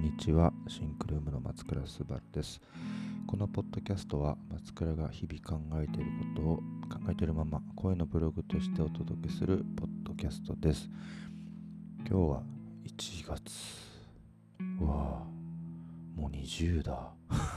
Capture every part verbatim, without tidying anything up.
にちは。シンクルームの松倉すばるです。このポッドキャストは松倉が日々考えていることを考えているまま声のブログとしてお届けするポッドキャストです。今日はいちがつ。うわあ、もうにじゅうだ。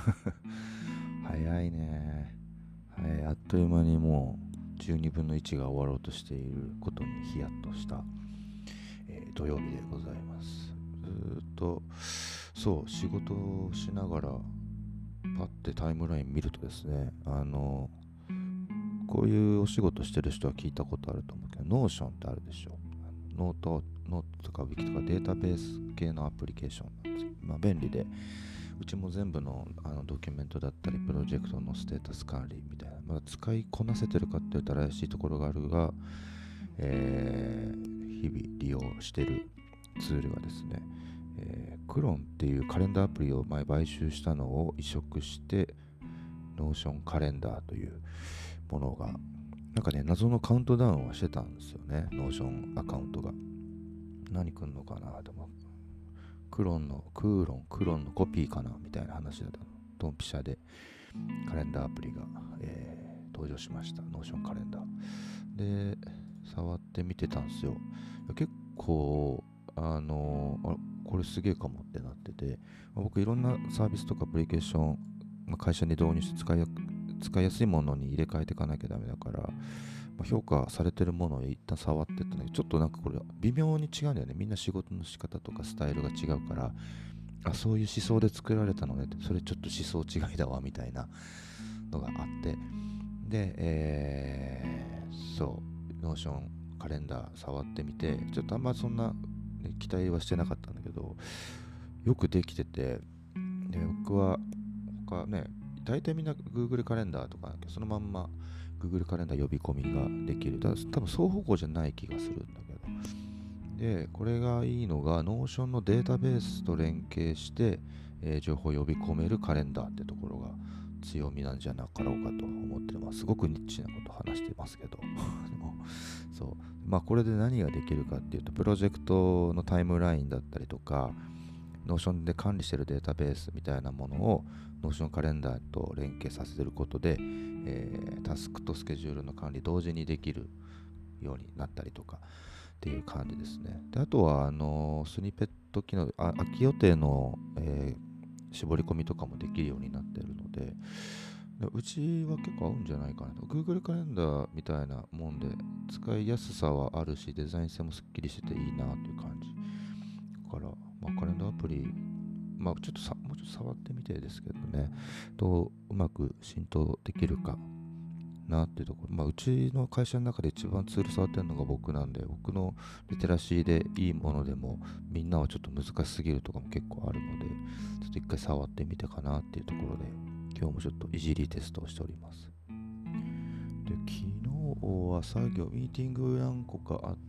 早いね。はい、あっという間にもうじゅうにぶんのいちが終わろうとしていることにヒヤッとした、えー、土曜日でございます。ずっとそう仕事をしながらパッてタイムライン見るとですね、あのこういうお仕事してる人は聞いたことあると思うけど、ノーションってあるでしょ。ノートノートとかウィキとかデータベース系のアプリケーションなんですよ。まあ便利で、うちも全部の、あのドキュメントだったりプロジェクトのステータス管理みたいな、まだ使いこなせてるかって言ったら怪しいところがあるが、えー、日々利用しているツールがですね、えー、クロンっていうカレンダーアプリを前買収したのを移植してノーションカレンダーというものがなんかね、謎のカウントダウンをしてたんですよね。ノーションアカウントが何来んのかな。でもクロンのクーロンクロンのコピーかなみたいな話だったの。ドンピシャでカレンダーアプリが、えー、登場しました。ノーションカレンダーで触ってみてたんですよ。結構あのー、あこれすげえかもってなってて、僕いろんなサービスとかアプリケーション、まあ、会社に導入して使いや使いやすいものに入れ替えていかなきゃダメだから、まあ、評価されてるものを一旦触ってったんだけど、ちょっとなんかこれ微妙に違うんだよね。みんな仕事の仕方とかスタイルが違うから、あ、そういう思想で作られたのねって、それちょっと思想違いだわみたいなのがあって、で、えー、そうノーションカレンダー触ってみて、ちょっとあんまそんな、ね、期待はしてなかったんだけど、よくできてて、で僕は他ね、大体みんな Google カレンダーとかそのまんま Google カレンダー呼び込みができる。だから多分双方向じゃない気がするんだけど、でこれがいいのが Notion のデータベースと連携して、えー情報を呼び込めるカレンダーってところが強みなんじゃなかろうかと思ってます。すごくニッチなことを話してますけどそうまあこれで何ができるかっていうと、プロジェクトのタイムラインだったりとか、Notion で管理しているデータベースみたいなものを Notion カレンダーと連携させていることで、えー、タスクとスケジュールの管理同時にできるようになったりとかっていう感じですね。であとはあのスニペット機能、あ空き予定の、えー絞り込みとかもできるようになっているので、でうちは結構合うんじゃないかなと。 Google カレンダーみたいなもんで使いやすさはあるし、デザイン性もすっきりしてていいなっていう感じだから、まあ、カレンダーアプリ、まあちょっとさもうちょっと触ってみてですけどね、どううまく浸透できるかなっていうところ。まあうちの会社の中で一番ツール触ってるのが僕なんで、僕のリテラシーでいいものでもみんなはちょっと難しすぎるとかも結構あるので、ちょっと一回触ってみてかなっていうところで、今日もちょっといじりテストをしております。で昨日は作業ミーティング何個かあって、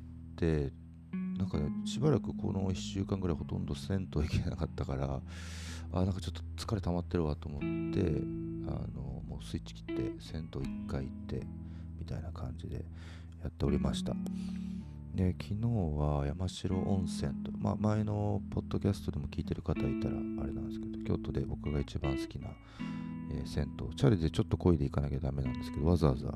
なんかね、しばらくこのいっしゅうかんぐらいほとんど銭湯行けなかったから、あ、なんかちょっと疲れ溜まってるわと思って、あのもうスイッチ切って銭湯いっかい行ってみたいな感じでやっておりました。で昨日は山城温泉と、まあ、前のポッドキャストでも聞いてる方いたらあれなんですけど、京都で僕が一番好きな、えー銭湯、チャリでちょっと漕いで行かなきゃダメなんですけど、わざわざ行って、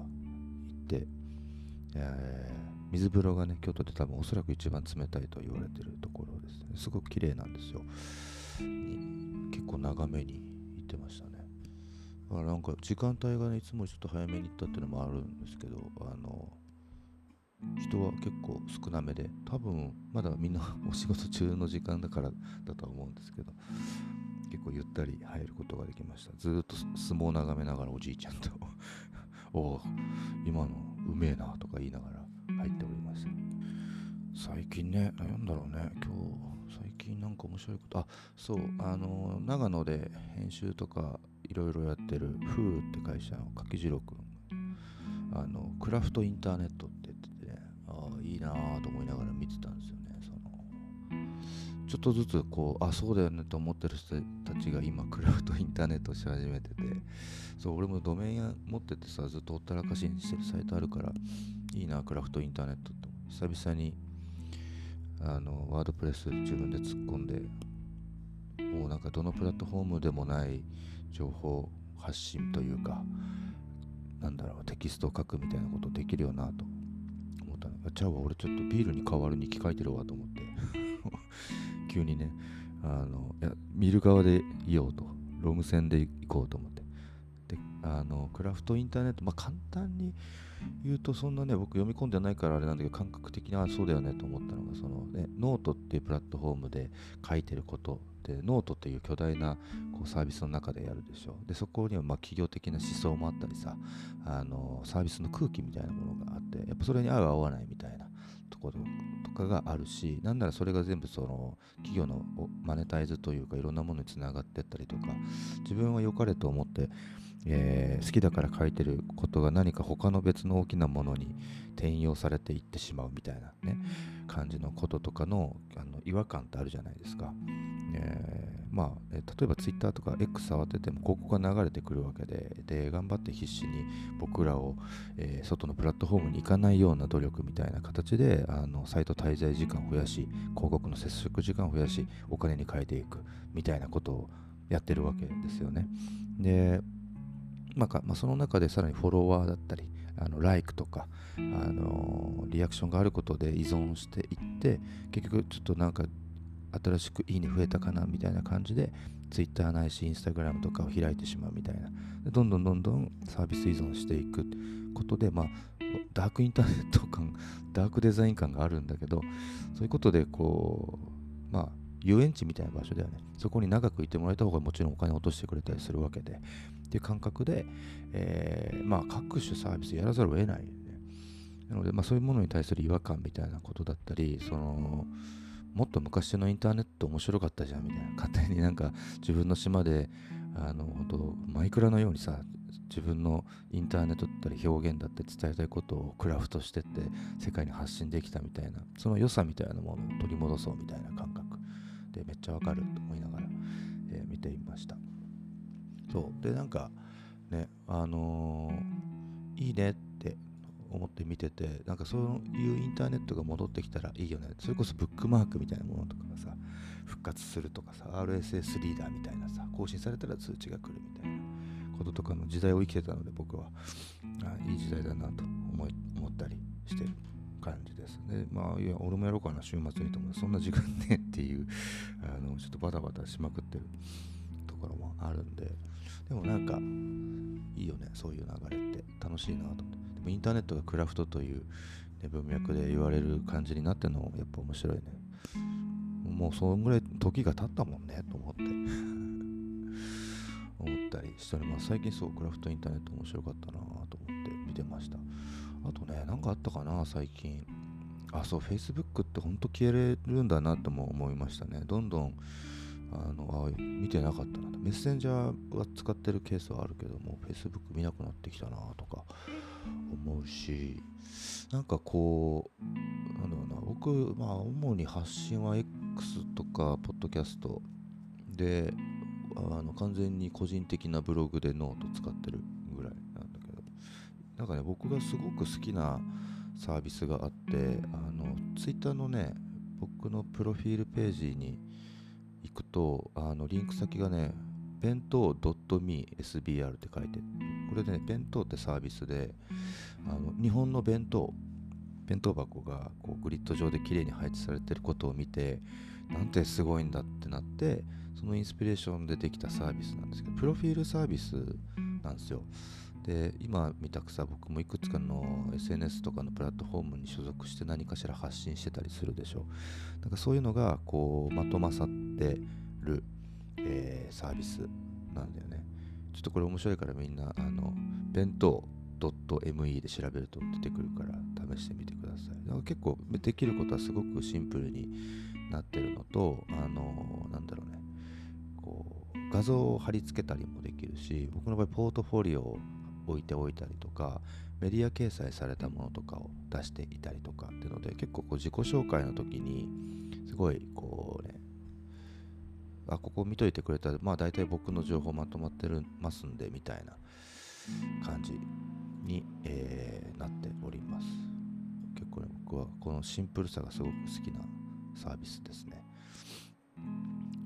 えー水風呂がね、京都で多分おそらく一番冷たいと言われてるところですね。すごく綺麗なんですよ。に結構長めに行ってましたね。だからなんか時間帯がね、いつもちょっと早めに行ったっていうのもあるんですけど、あの人は結構少なめで、多分まだみんなお仕事中の時間だからだとは思うんですけど、結構ゆったり入ることができました。ずーっと相撲を眺めながらおじいちゃんとおお今のうめえなとか言いながら入っておりました。最近ね、なんだろうね、今日最近なんか面白いこと、あ、そう、あの長野で編集とかいろいろやってるフーって会社の柿次郎くん、あのクラフトインターネットって言っててね、ああいいなぁと思いながら見てたんですよね。そのちょっとずつこう、あ、そうだよねと思ってる人たちが今クラフトインターネットをし始めてて、そう俺もドメイン持っててさ、ずっとほったらかしにしてるサイトあるから、いいなクラフトインターネットって。久々にあのワードプレス自分で突っ込んでもうなんかどのプラットフォームでもない情報発信というか、なんだろう、テキストを書くみたいなことできるよなと思ったのが、じゃあ俺ちょっとビールに代わる日記書いてるわと思って急にね、あのいや見る側でいようと、ローム線で行こうと思って、であのクラフトインターネット、まあ簡単に言うと、そんなね僕読み込んでないからあれなんだけど、感覚的にあそうだよねと思ったのが、そのねノートっていうプラットフォームで書いてることで、ノートっていう巨大なこうサービスの中でやるでしょ。でそこにはまあ企業的な思想もあったりさ、あのサービスの空気みたいなものがあって、やっぱそれに合う合わないみたいなところとかがあるし、なんならそれが全部その企業のマネタイズというかいろんなものにつながってったりとか、自分は良かれと思ってえー好きだから書いてることが何か他の別の大きなものに転用されていってしまうみたいなね感じのこととかの、あの違和感ってあるじゃないですか。えーまあ、えー例えばツイッターとか X 触ってても広告が流れてくるわけで、で頑張って必死に僕らを、えー外のプラットフォームに行かないような努力みたいな形で、あのサイト滞在時間を増やし、広告の接触時間を増やし、お金に変えていくみたいなことをやってるわけですよね。でまあかまあ、その中でさらにフォロワーだったり、あのライクとか、あのーリアクションがあることで依存していって、結局ちょっとなんか新しくいいね増えたかなみたいな感じで Twitter ないし Instagram とかを開いてしまうみたいな、でどんどんどんどんサービス依存していくことで、まあダークインターネット感、ダークデザイン感があるんだけど、そういうことでこうまあ遊園地みたいな場所だよね。そこに長くいてもらえた方がもちろんお金を落としてくれたりするわけで、っていう感覚で、えーまあ各種サービスやらざるを得ない、ね。なので、まあそういうものに対する違和感みたいなことだったり、そのもっと昔のインターネット面白かったじゃんみたいな、勝手になんか自分の島であの本当マイクラのようにさ、自分のインターネットだったり表現だったり伝えたいことをクラフトしてって世界に発信できたみたいな、その良さみたいなものを取り戻そうみたいな感覚で、めっちゃわかると思いながら、えー見ていました。そうで、なんかね、あのーいいねって思って見てて、なんかそういうインターネットが戻ってきたらいいよね。それこそブックマークみたいなものとかがさ復活するとかさ、 アールエスエス リーダーみたいなさ、更新されたら通知が来るみたいなこととかの時代を生きてたので、僕はあいい時代だなと思い思ったりしてる感じです。で、まあいや俺もやろうかな週末にと思う、そんな時間ねっていうあのちょっとバタバタしまくってるところもあるんで、でもなんかいいよね、そういう流れって楽しいなと思って。でもインターネットがクラフトという、ね、文脈で言われる感じになってるのもやっぱ面白いね。もうそのぐらい時が経ったもんねと思って思ったりしております。最近そうクラフトインターネット面白かったなと思って見てました。あとね、なんかあったかな最近。あ、そう Facebook ってほんと消えれるんだなとも思いましたね。どんどんあのあ見てなかったなと。メッセンジャーは使ってるケースはあるけども Facebook 見なくなってきたなとか思うし、なんかこうなんだろうな、僕まあ主に発信は X とかポッドキャストで、あの完全に個人的なブログでノート使ってるぐらいなんだけど、なんかね僕がすごく好きなサービスがあって、あの Twitter のね僕のプロフィールページに行くと、あのリンク先がね弁当 .me/sbr って書いて、これでね弁当ってサービスで、あの日本の弁当弁当箱がこうグリッド上で綺麗に配置されてることを見て、なんてすごいんだってなって、そのインスピレーションでできたサービスなんですけど、プロフィールサービスなんですよ。で今見たくさ、僕もいくつかの エスエヌエス とかのプラットフォームに所属して何かしら発信してたりするでしょ。なんかそういうのがこうまとまさってる、えーサービスなんだよね。ちょっとこれ面白いからみんなあの弁当 .me で調べると出てくるから試してみてください。だから結構できることはすごくシンプルになってるのと、あのなんだろうね、こう画像を貼り付けたりもできるし、僕の場合ポートフォリオを置いておいたりとか、メディア掲載されたものとかを出していたりとかっていうので、結構こう自己紹介の時にすごいこうね、あここ見といてくれたらまあ大体僕の情報まとまってるますんでみたいな感じに、えーなっております。結構ね僕はこのシンプルさがすごく好きなサービスですね。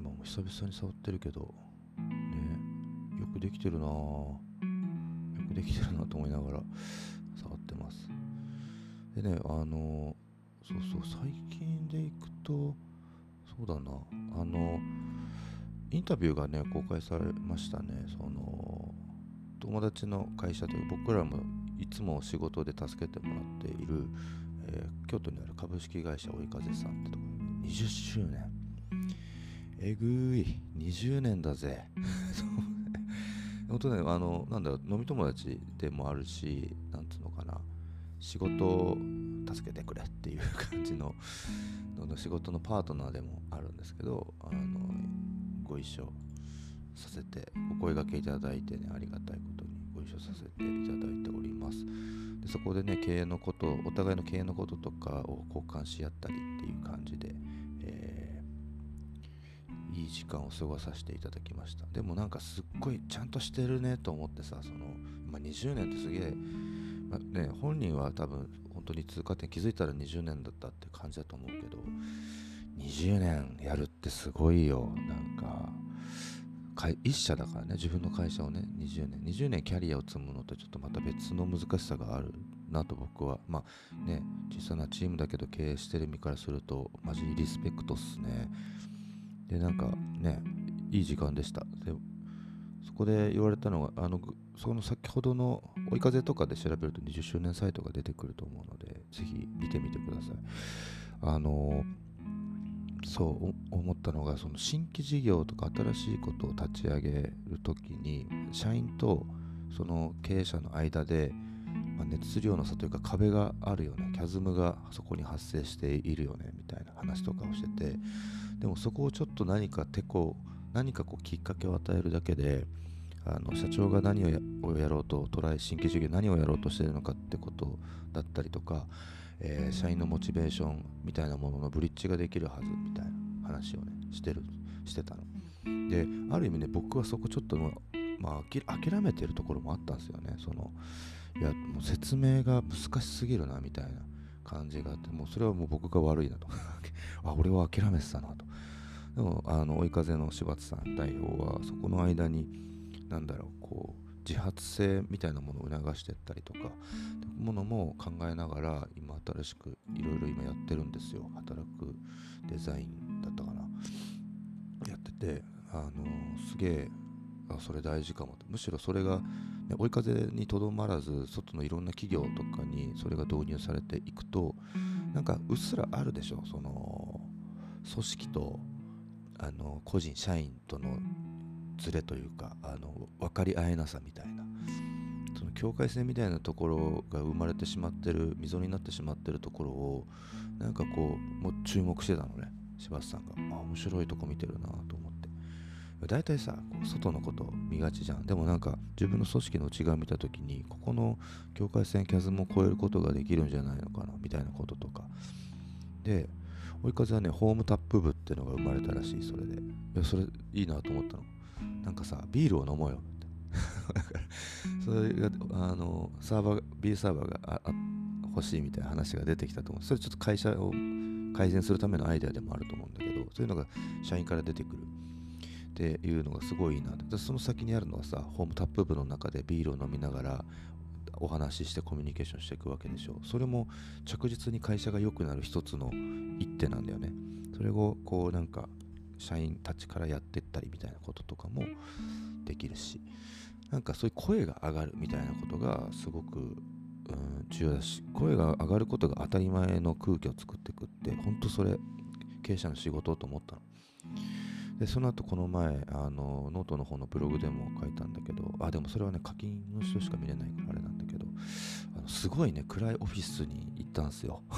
今も久々に触ってるけどね、よくできてるなよくできてるなと思いながら触ってます。でね、あのそうそう最近でいくと、そうだな、あのインタビューがね公開されましたね。その友達の会社で、僕らもいつも仕事で助けてもらっている、えー京都にある株式会社追い風さんってところににじゅっしゅうねん、えぐいにじゅうねんだぜ本当ね、あのなんだろう、飲み友達でもあるし、なんつうのかな、仕事を助けてくれっていう感じのの仕事のパートナーでもあるんですけど、あのご一緒させてお声掛けいただいてね、ありがたいことにご一緒させていただいております。でそこでね、経営のこと、お互いの経営のこととかを交換し合ったりっていう感じで、えー、いい時間を過ごさせていただきました。でもなんかすっごいちゃんとしてるねと思ってさ、その、まあ、にじゅうねんってすげえ、まあね、本人は多分本当に通過点気づいたらにじゅうねんだったって感じだと思うけど、にじゅうねんやるってすごいよ。なんか一社だからね、自分の会社をね、にじゅうねんにじゅうねんキャリアを積むのとちょっとまた別の難しさがあるなと僕は、まあね、小さなチームだけど経営してる身からするとマジリスペクトっすね。でなんかね、いい時間でした。でそこで言われたのが、あのその先ほどの追い風とかで調べるとにじゅっしゅうねんサイトが出てくると思うので、ぜひ見てみてください。あのそう思ったのが、その新規事業とか新しいことを立ち上げるときに、社員とその経営者の間で、まあ、熱量の差というか壁があるよね、キャズムがそこに発生しているよねみたいな話とかをしてて、でもそこをちょっと何かてこ何かこうきっかけを与えるだけで、あの社長が何を や, をやろうとトライ新規事業何をやろうとしているのかってことだったりとか、えー、社員のモチベーションみたいなもののブリッジができるはずみたいな話をねしてるしてたので、ある意味ね、僕はそこちょっと、まあ、諦めてるところもあったんですよね。そのいやもう説明が難しすぎるなみたいな感じがあって、もうそれはもう僕が悪いなとあ、俺は諦めてたなと。でもあの追い風の柴田さん代表はそこの間になんだろう、こう自発性みたいなものを促していったりとかものも考えながら、今新しくいろいろ今やってるんですよ。働くデザインだったかな、やってて、あのすげえ、あ、それ大事かもと。むしろそれが、ね、追い風にとどまらず外のいろんな企業とかにそれが導入されていくと、なんかうっすらあるでしょ、その組織とあの個人社員とのズレというか、あの分かり合えなさみたいな、その境界線みたいなところが生まれてしまってる、溝になってしまってるところをなんかこうもう注目してたのね、柴田さんが。あ、面白いとこ見てるなと思って。だいたいさ、こう外のこと見がちじゃん。でもなんか自分の組織の内側見た時に、ここの境界線キャズムを超えることができるんじゃないのかなみたいなこととかで、追い風はね、ホームタップ部っていうのが生まれたらしい。それで、いやそれいいなと思ったの。なんかさ、ビールを飲もうよってだからそれがあのサーバービールサーバーがああ欲しいみたいな話が出てきたと思う。それちょっと会社を改善するためのアイデアでもあると思うんだけど、そういうのが社員から出てくるっていうのがすごいいいな。でその先にあるのはさ、ホームタップ部の中でビールを飲みながらお話ししてコミュニケーションしていくわけでしょ。それも着実に会社が良くなる一つの一手なんだよね。それをこうなんか社員たちからやってったりみたいなこととかもできるし、なんかそういう声が上がるみたいなことがすごく、うん、重要だし、声が上がることが当たり前の空気を作っていくって、本当それ経営者の仕事と思ったの。でその後この前あのノートの方のブログでも書いたんだけど、あでもそれはね課金の人しか見れないからあれなんだけど、あのすごいね暗いオフィスに行ったんですよ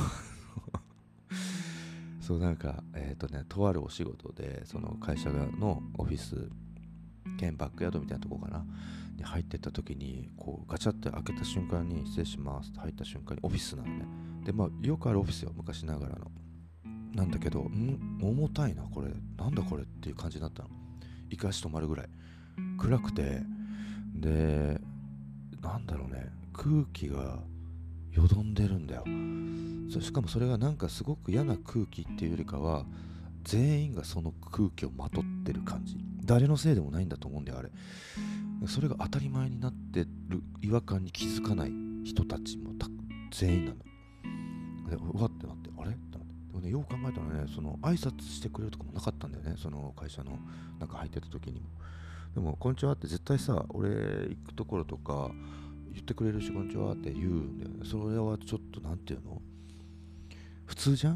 そうなんかえっ、ー、とねとあるお仕事で、その会社のオフィス兼バックヤードみたいなとこかなに入ってった時に、こうガチャって開けた瞬間に失礼しますって入った瞬間にオフィスなのね。でまあよくあるオフィスよ、昔ながらのなんだけど、ん重たいなこれ、なんだこれっていう感じになったの。一回足止まるぐらい暗くて、でなんだろうね、空気がよどんでるんだよ。そしかもそれがなんかすごく嫌な空気っていうよりかは、 全員がその空気をまとってる感じ。誰のせいでもないんだと思うんだよあれ。それが当たり前になってる違和感に気づかない人たちもた全員なの。でうわってなって、あれってなって、でもね、よく考えたらね、その挨拶してくれるとかもなかったんだよね、その会社の中入ってた時にも。でもこんにちはって絶対さ、俺行くところとか言ってくれるし、こんにちはって言うんだよね。それはちょっとなんていうの、普通じゃん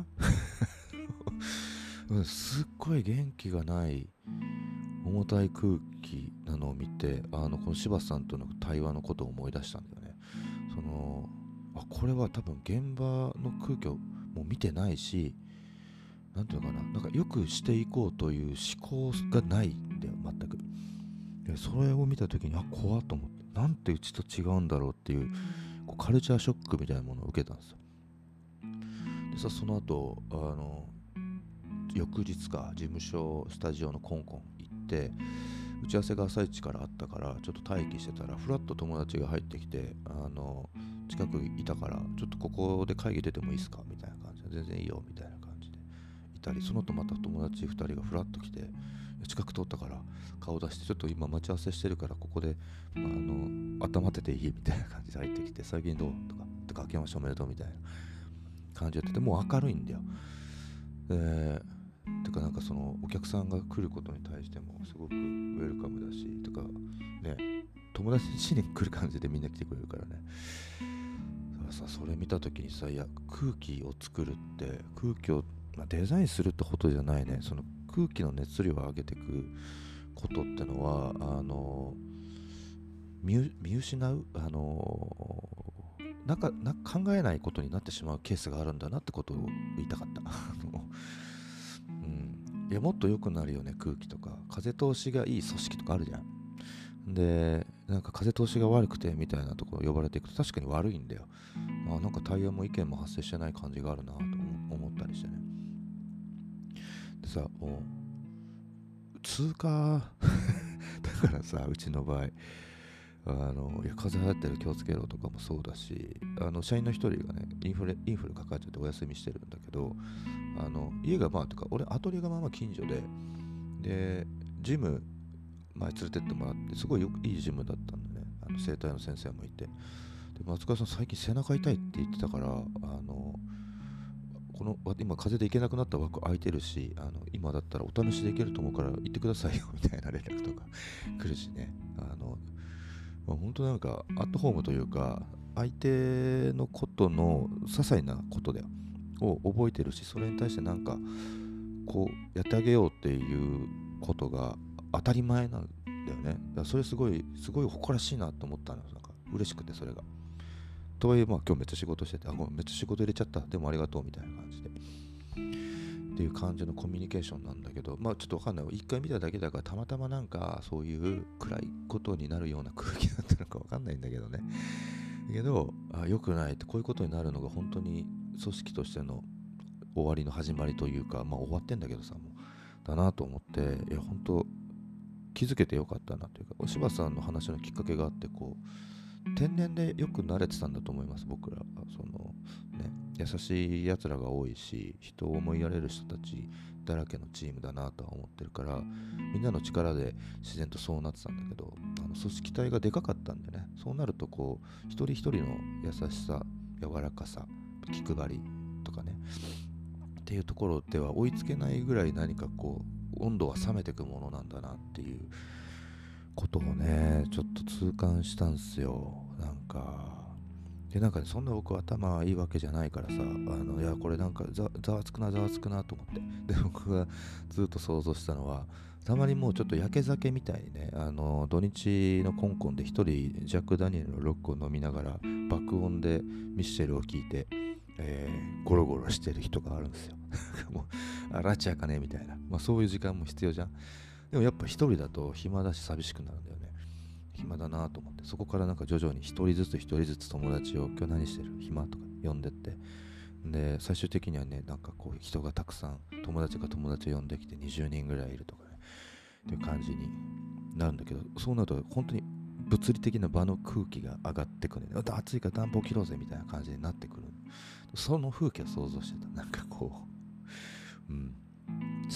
すっごい元気がない重たい空気なのを見て、あのこの柴田さんとの対話のことを思い出したんだよね。そのあこれは多分現場の空気をもう見てないし、なんていうのかな、なんかよくしていこうという思考がないんだよ全く。でそれを見た時にあ怖っと思って、なんてうちと違うんだろうっていう、こうカルチャーショックみたいなものを受けたんですよ。でさ、その後あの翌日か事務所スタジオのコンコン行って、打ち合わせが朝一からあったからちょっと待機してたら、フラッと友達が入ってきて、あの近くいたからちょっとここで会議出てもいいですかみたいな感じで、全然いいよみたいな感じでいたり、その後また友達ふたりがフラッと来て、近く通ったから顔出して、ちょっと今待ち合わせしてるからここであの温まってていいみたいな感じで入ってきて、最近どうとかとか明けましておめでとうみたいな感じでやってて、もう明るいんだよ。でてかなんかそのお客さんが来ることに対してもすごくウェルカムだし、とかね、友達に来る感じでみんな来てくれるからね。さそれ見た時にさ、いや空気を作るって空気を、まあ、デザインするってことじゃないね。その空気の熱量を上げていくことってのはあの 見, 見失うあのなんかな考えないことになってしまうケースがあるんだなってことを言いたかったうん、いやもっと良くなるよね空気とか。風通しがいい組織とかあるじゃん。でなんか風通しが悪くてみたいなところ呼ばれていくと確かに悪いんだよ。あなんか対応も意見も発生してない感じがあるなと思ったりしてね。でさもう通過だからさ、うちの場合あのいや風邪流行ってる気をつけろとかもそうだし、あの社員の一人がねインフレインフルかかっちゃってお休みしてるんだけど、あの家がまあとか俺アトリエがまあまあ近所で、でジム前連れてってもらって、すごいよくいいジムだったんでね、あの整体の先生もいて、で松川さん最近背中痛いって言ってたから、あのこの今風邪で行けなくなった枠空いてるし、あの今だったらお試しで行けると思うから行ってくださいよみたいな連絡とか来るしね。あのまあ、本当なんかアットホームというか、相手のことの些細なことだよを覚えてるし、それに対してなんかこうやってあげようっていうことが当たり前なんだよね。だからそれすごいすごい誇らしいなと思ったの。なんか嬉しくて、それがとはいえ、まあ今日めっちゃ仕事してて、あごめんめっちゃ仕事入れちゃった、でもありがとうみたいな感じでっていう感じのコミュニケーションなんだけど、まあちょっとわかんない、一回見ただけだからたまたまなんかそういう暗いことになるような空気だったのかわかんないんだけどね。だけどあ良くないって、こういうことになるのが本当に組織としての終わりの始まりというか、まあ終わってんだけどさ、もうだなと思って、いや本当気づけてよかったなというか、お柴さんの話のきっかけがあって、こう天然でよく慣れてたんだと思います。僕らそのね、優しいやつらが多いし、人を思いやれる人たちだらけのチームだなとは思ってるから、みんなの力で自然とそうなってたんだけど、あの組織体がでかかったんでね、そうなるとこう一人一人の優しさ、柔らかさ、気配りとかねっていうところでは追いつけないぐらい、何かこう温度は冷めていくものなんだなっていうことをね、ちょっと痛感したんすよ。なんかでなんか、ね、そんな僕頭いいわけじゃないからさ、あのいやこれなんかざざわつくなざわつくなと思って、で僕がずっと想像したのは、たまにもうちょっと焼け酒みたいにね、あの土日のコンコンで一人ジャック・ダニエルのロックを飲みながら爆音でミッシェルを聴いて、えー、ゴロゴロしてる人があるんですよもうあラチやかねみたいな、まあ、そういう時間も必要じゃん。でもやっぱ一人だと暇だし寂しくなるんだよね。暇だなと思って、そこからなんか徐々に一人ずつ一人ずつ友達を今日何してる暇とか呼んでって、で最終的にはね、なんかこう人がたくさん友達が友達を呼んできてにじゅうにんぐらいいるとかねっていう感じになるんだけど、そうなると本当に物理的な場の空気が上がってくるね。暑いから暖房切ろうぜみたいな感じになってくる。その風景を想像してた。なんかこう、うん、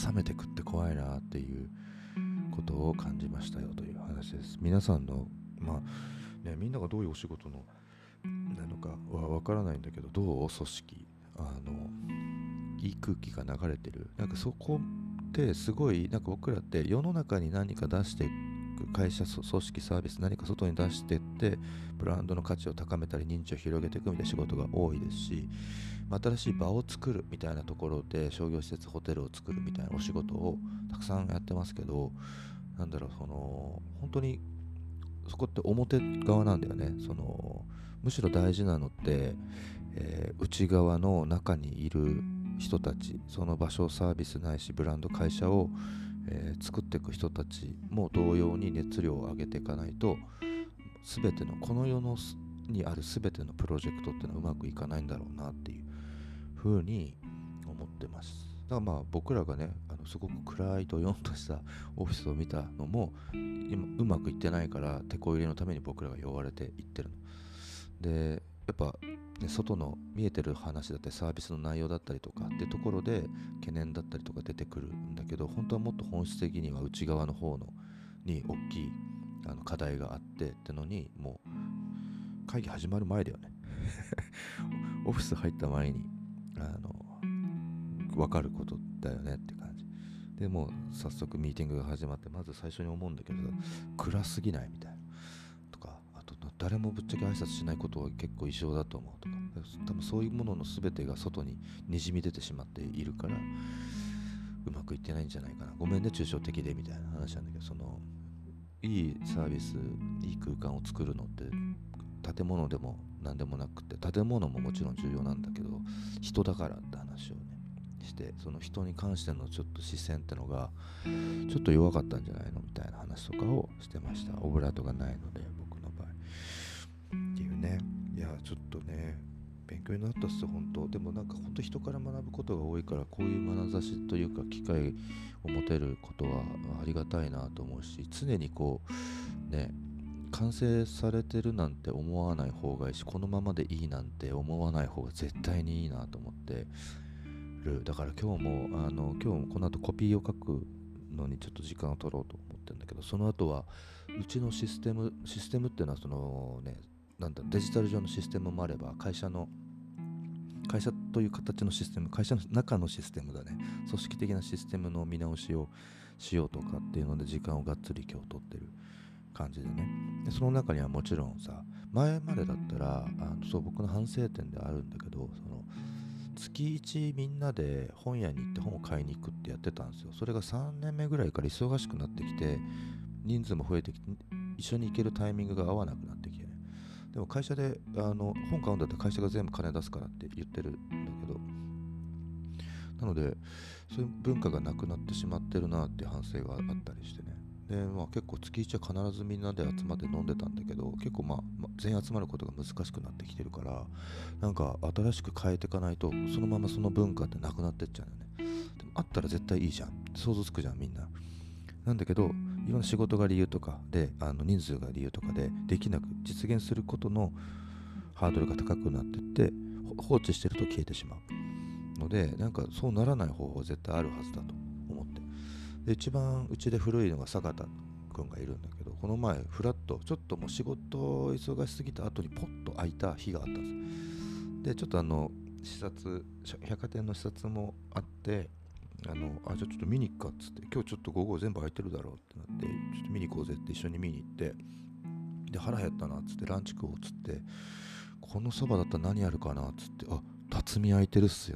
冷めてくって怖いなっていうことを感じましたよという話です。皆さんのまあね、みんながどういうお仕事のなのかはわからないんだけど、どう組織あのいい空気が流れてる、なんかそこってすごい、なんか僕らって世の中に何か出していく会社、組織、サービス、何か外に出していってブランドの価値を高めたり認知を広げていくみたいな仕事が多いですし、新しい場を作るみたいなところで商業施設、ホテルを作るみたいなお仕事をたくさんやってますけど、なんだろう、その本当にそこって表側なんだよね。そのむしろ大事なのって、えー内側の中にいる人たち、その場所、サービスないしブランド、会社を、えー作っていく人たちも同様に熱量を上げていかないと、全てのこの世のすにある全てのプロジェクトっていうのはうまくいかないんだろうなっていうふうに思ってます。だからまあ僕らがね、あのすごく暗いどよんとしたオフィスを見たのも今うまくいってないから、手こ入れのために僕らが呼ばれていってるので、やっぱ、ね、外の見えてる話だったりサービスの内容だったりとかっていうところで懸念だったりとか出てくるんだけど、本当はもっと本質的には内側の方のに大きいあの課題があってってのに、もう会議始まる前だよねオフィス入った前にあの分かることだよねって感じで、もう早速ミーティングが始まって、まず最初に思うんだけど、暗すぎないみたいなとか、あと誰もぶっちゃけ挨拶しないことは結構異常だと思うとか、多分そういうものの全てが外ににじみ出てしまっているからうまくいってないんじゃないかな。ごめんね抽象的でみたいな話なんだけど、そのいいサービス、いい空間を作るのって建物でも何でもなくて、建物ももちろん重要なんだけど人だからって話をねして、その人に関してのちょっと視線ってのがちょっと弱かったんじゃないのみたいな話とかをしてました。オブラートがないので僕の場合っていうね。いやちょっとね勉強になったっすよ本当。でもなんか本当人から学ぶことが多いから、こういう眼差しというか機会を持てることはありがたいなと思うし、常にこうね完成されてるなんて思わない方がいいし、このままでいいなんて思わない方が絶対にいいなと思ってる。だから今日もあの今日もこの後コピーを書くのにちょっと時間を取ろうと思ってるんだけど、その後はうちのシステムシステムっていうのはそのね、なんだデジタル上のシステムもあれば、会社の会社という形のシステム、会社の中のシステムだね、組織的なシステムの見直しをしようとかっていうので時間をがっつり今日取ってる感じでね。でその中にはもちろんさ、前までだったらあのそう僕の反省点であるんだけど、その月いちみんなで本屋に行って本を買いに行くってやってたんですよ。それがさんねんめぐらいから忙しくなってきて、人数も増えてきて一緒に行けるタイミングが合わなくなってきてね。でも会社であの本買うんだったら会社が全部金出すからって言ってるんだけど、なのでそういう文化がなくなってしまってるなっていう反省があったりしてね。で、まあ、結構月いちは必ずみんなで集まって飲んでたんだけど、結構まあ、まあ、全員集まることが難しくなってきてるから、なんか新しく変えていかないとそのままその文化ってなくなってっちゃうんだよね。でもあったら絶対いいじゃん、想像つくじゃんみんな。なんだけどいろんな仕事が理由とかで、あの人数が理由とかでできなく実現することのハードルが高くなってって放置してると消えてしまうので、なんかそうならない方法絶対あるはずだと思って、で一番うちで古いのが坂田くんがいるんだけど、この前フラッとちょっともう仕事忙しすぎた後にポッと空いた日があったんです。でちょっとあの視察、百貨店の視察もあって、あのあじゃあちょっと見に行くかっつって、今日ちょっと午後全部空いてるだろうってなって、ちょっと見に行こうぜって一緒に見に行って、で腹減ったなっつってランチ食おうっつって、このそばだったら何あるかなっつって、あ辰巳空いてるっすよ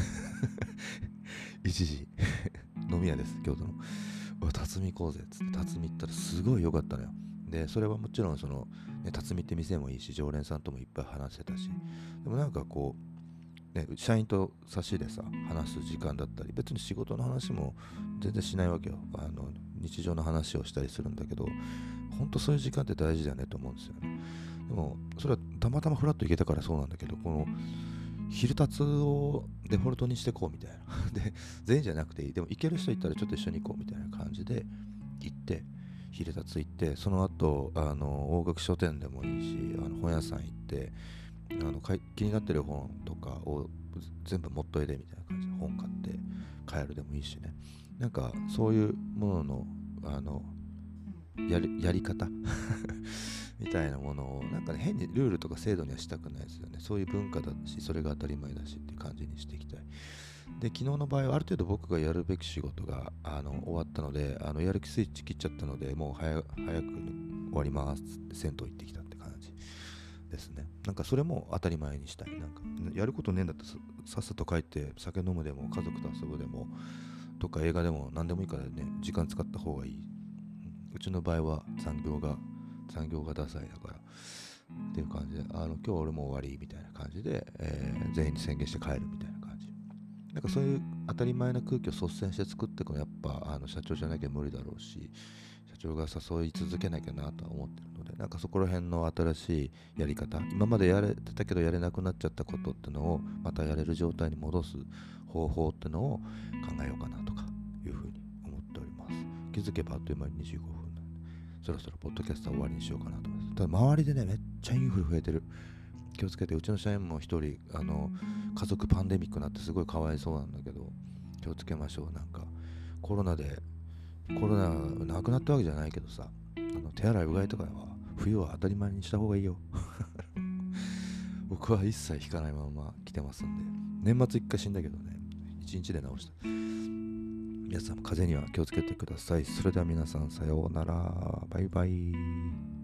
一時飲み屋です京都の。辰巳行こうぜっつって辰巳行ったらすごい良かったのよ。でそれはもちろんその、ね、辰巳って店もいいし常連さんともいっぱい話せたし、でもなんかこう、ね、社員と差しでさ話す時間だったり、別に仕事の話も全然しないわけよ。あの日常の話をしたりするんだけど、本当そういう時間って大事だよねと思うんですよね。でもそれはたまたまフラッと行けたからそうなんだけど、この昼達をデフォルトにしてこうみたいなで全員じゃなくていい、でも行ける人いたらちょっと一緒に行こうみたいな感じで行って、昼達行って、その後あの大垣書店でもいいし、あの本屋さん行って、あの気になってる本とかを全部持っといでみたいな感じで本買って帰るでもいいしね。 なんかそういうもののあのやり、やり方みたいなものをなんかね、変にルールとか制度にはしたくないですよね。そういう文化だし、それが当たり前だしっていう感じにしていきたい。で、昨日の場合はある程度僕がやるべき仕事があの終わったので、あのやる気スイッチ切っちゃったので、もう早早くに終わりますって銭湯行ってきたって感じですね。なんかそれも当たり前にしたい。なんかやることねえんだったら さ, さっさと帰って酒飲むでも家族と遊ぶでもとか映画でも何でもいいからね、時間使った方がいい。うちの場合は残業が残業がダサいだからっていう感じで、あの今日俺も終わりみたいな感じで、えー、全員に宣言して帰るみたいな感じ。なんかそういう当たり前な空気を率先して作っていくのはやっぱあの社長じゃなきゃ無理だろうし、社長が誘い続けなきゃなとは思ってるので、なんかそこら辺の新しいやり方、今までやれてたけどやれなくなっちゃったことってのをまたやれる状態に戻す方法ってのを考えようかなとかいうふうに思っております。気づけばあっという間ににじゅうごふんなんで、そろそろポッドキャストは終わりにしようかなと思います。ただ周りでね、めっちゃインフル増えてる。気をつけて。うちの社員も一人あの家族パンデミックになってすごいかわいそうなんだけど、気をつけましょう。なんかコロナでコロナなくなったわけじゃないけどさ、あの手洗いうがいとかは冬は当たり前にした方がいいよ。僕は一切引かないまま来てますんで、年末一回死んだけどね、一日で治した。皆さんも風邪には気をつけてください。それでは皆さんさようなら、バイバイ。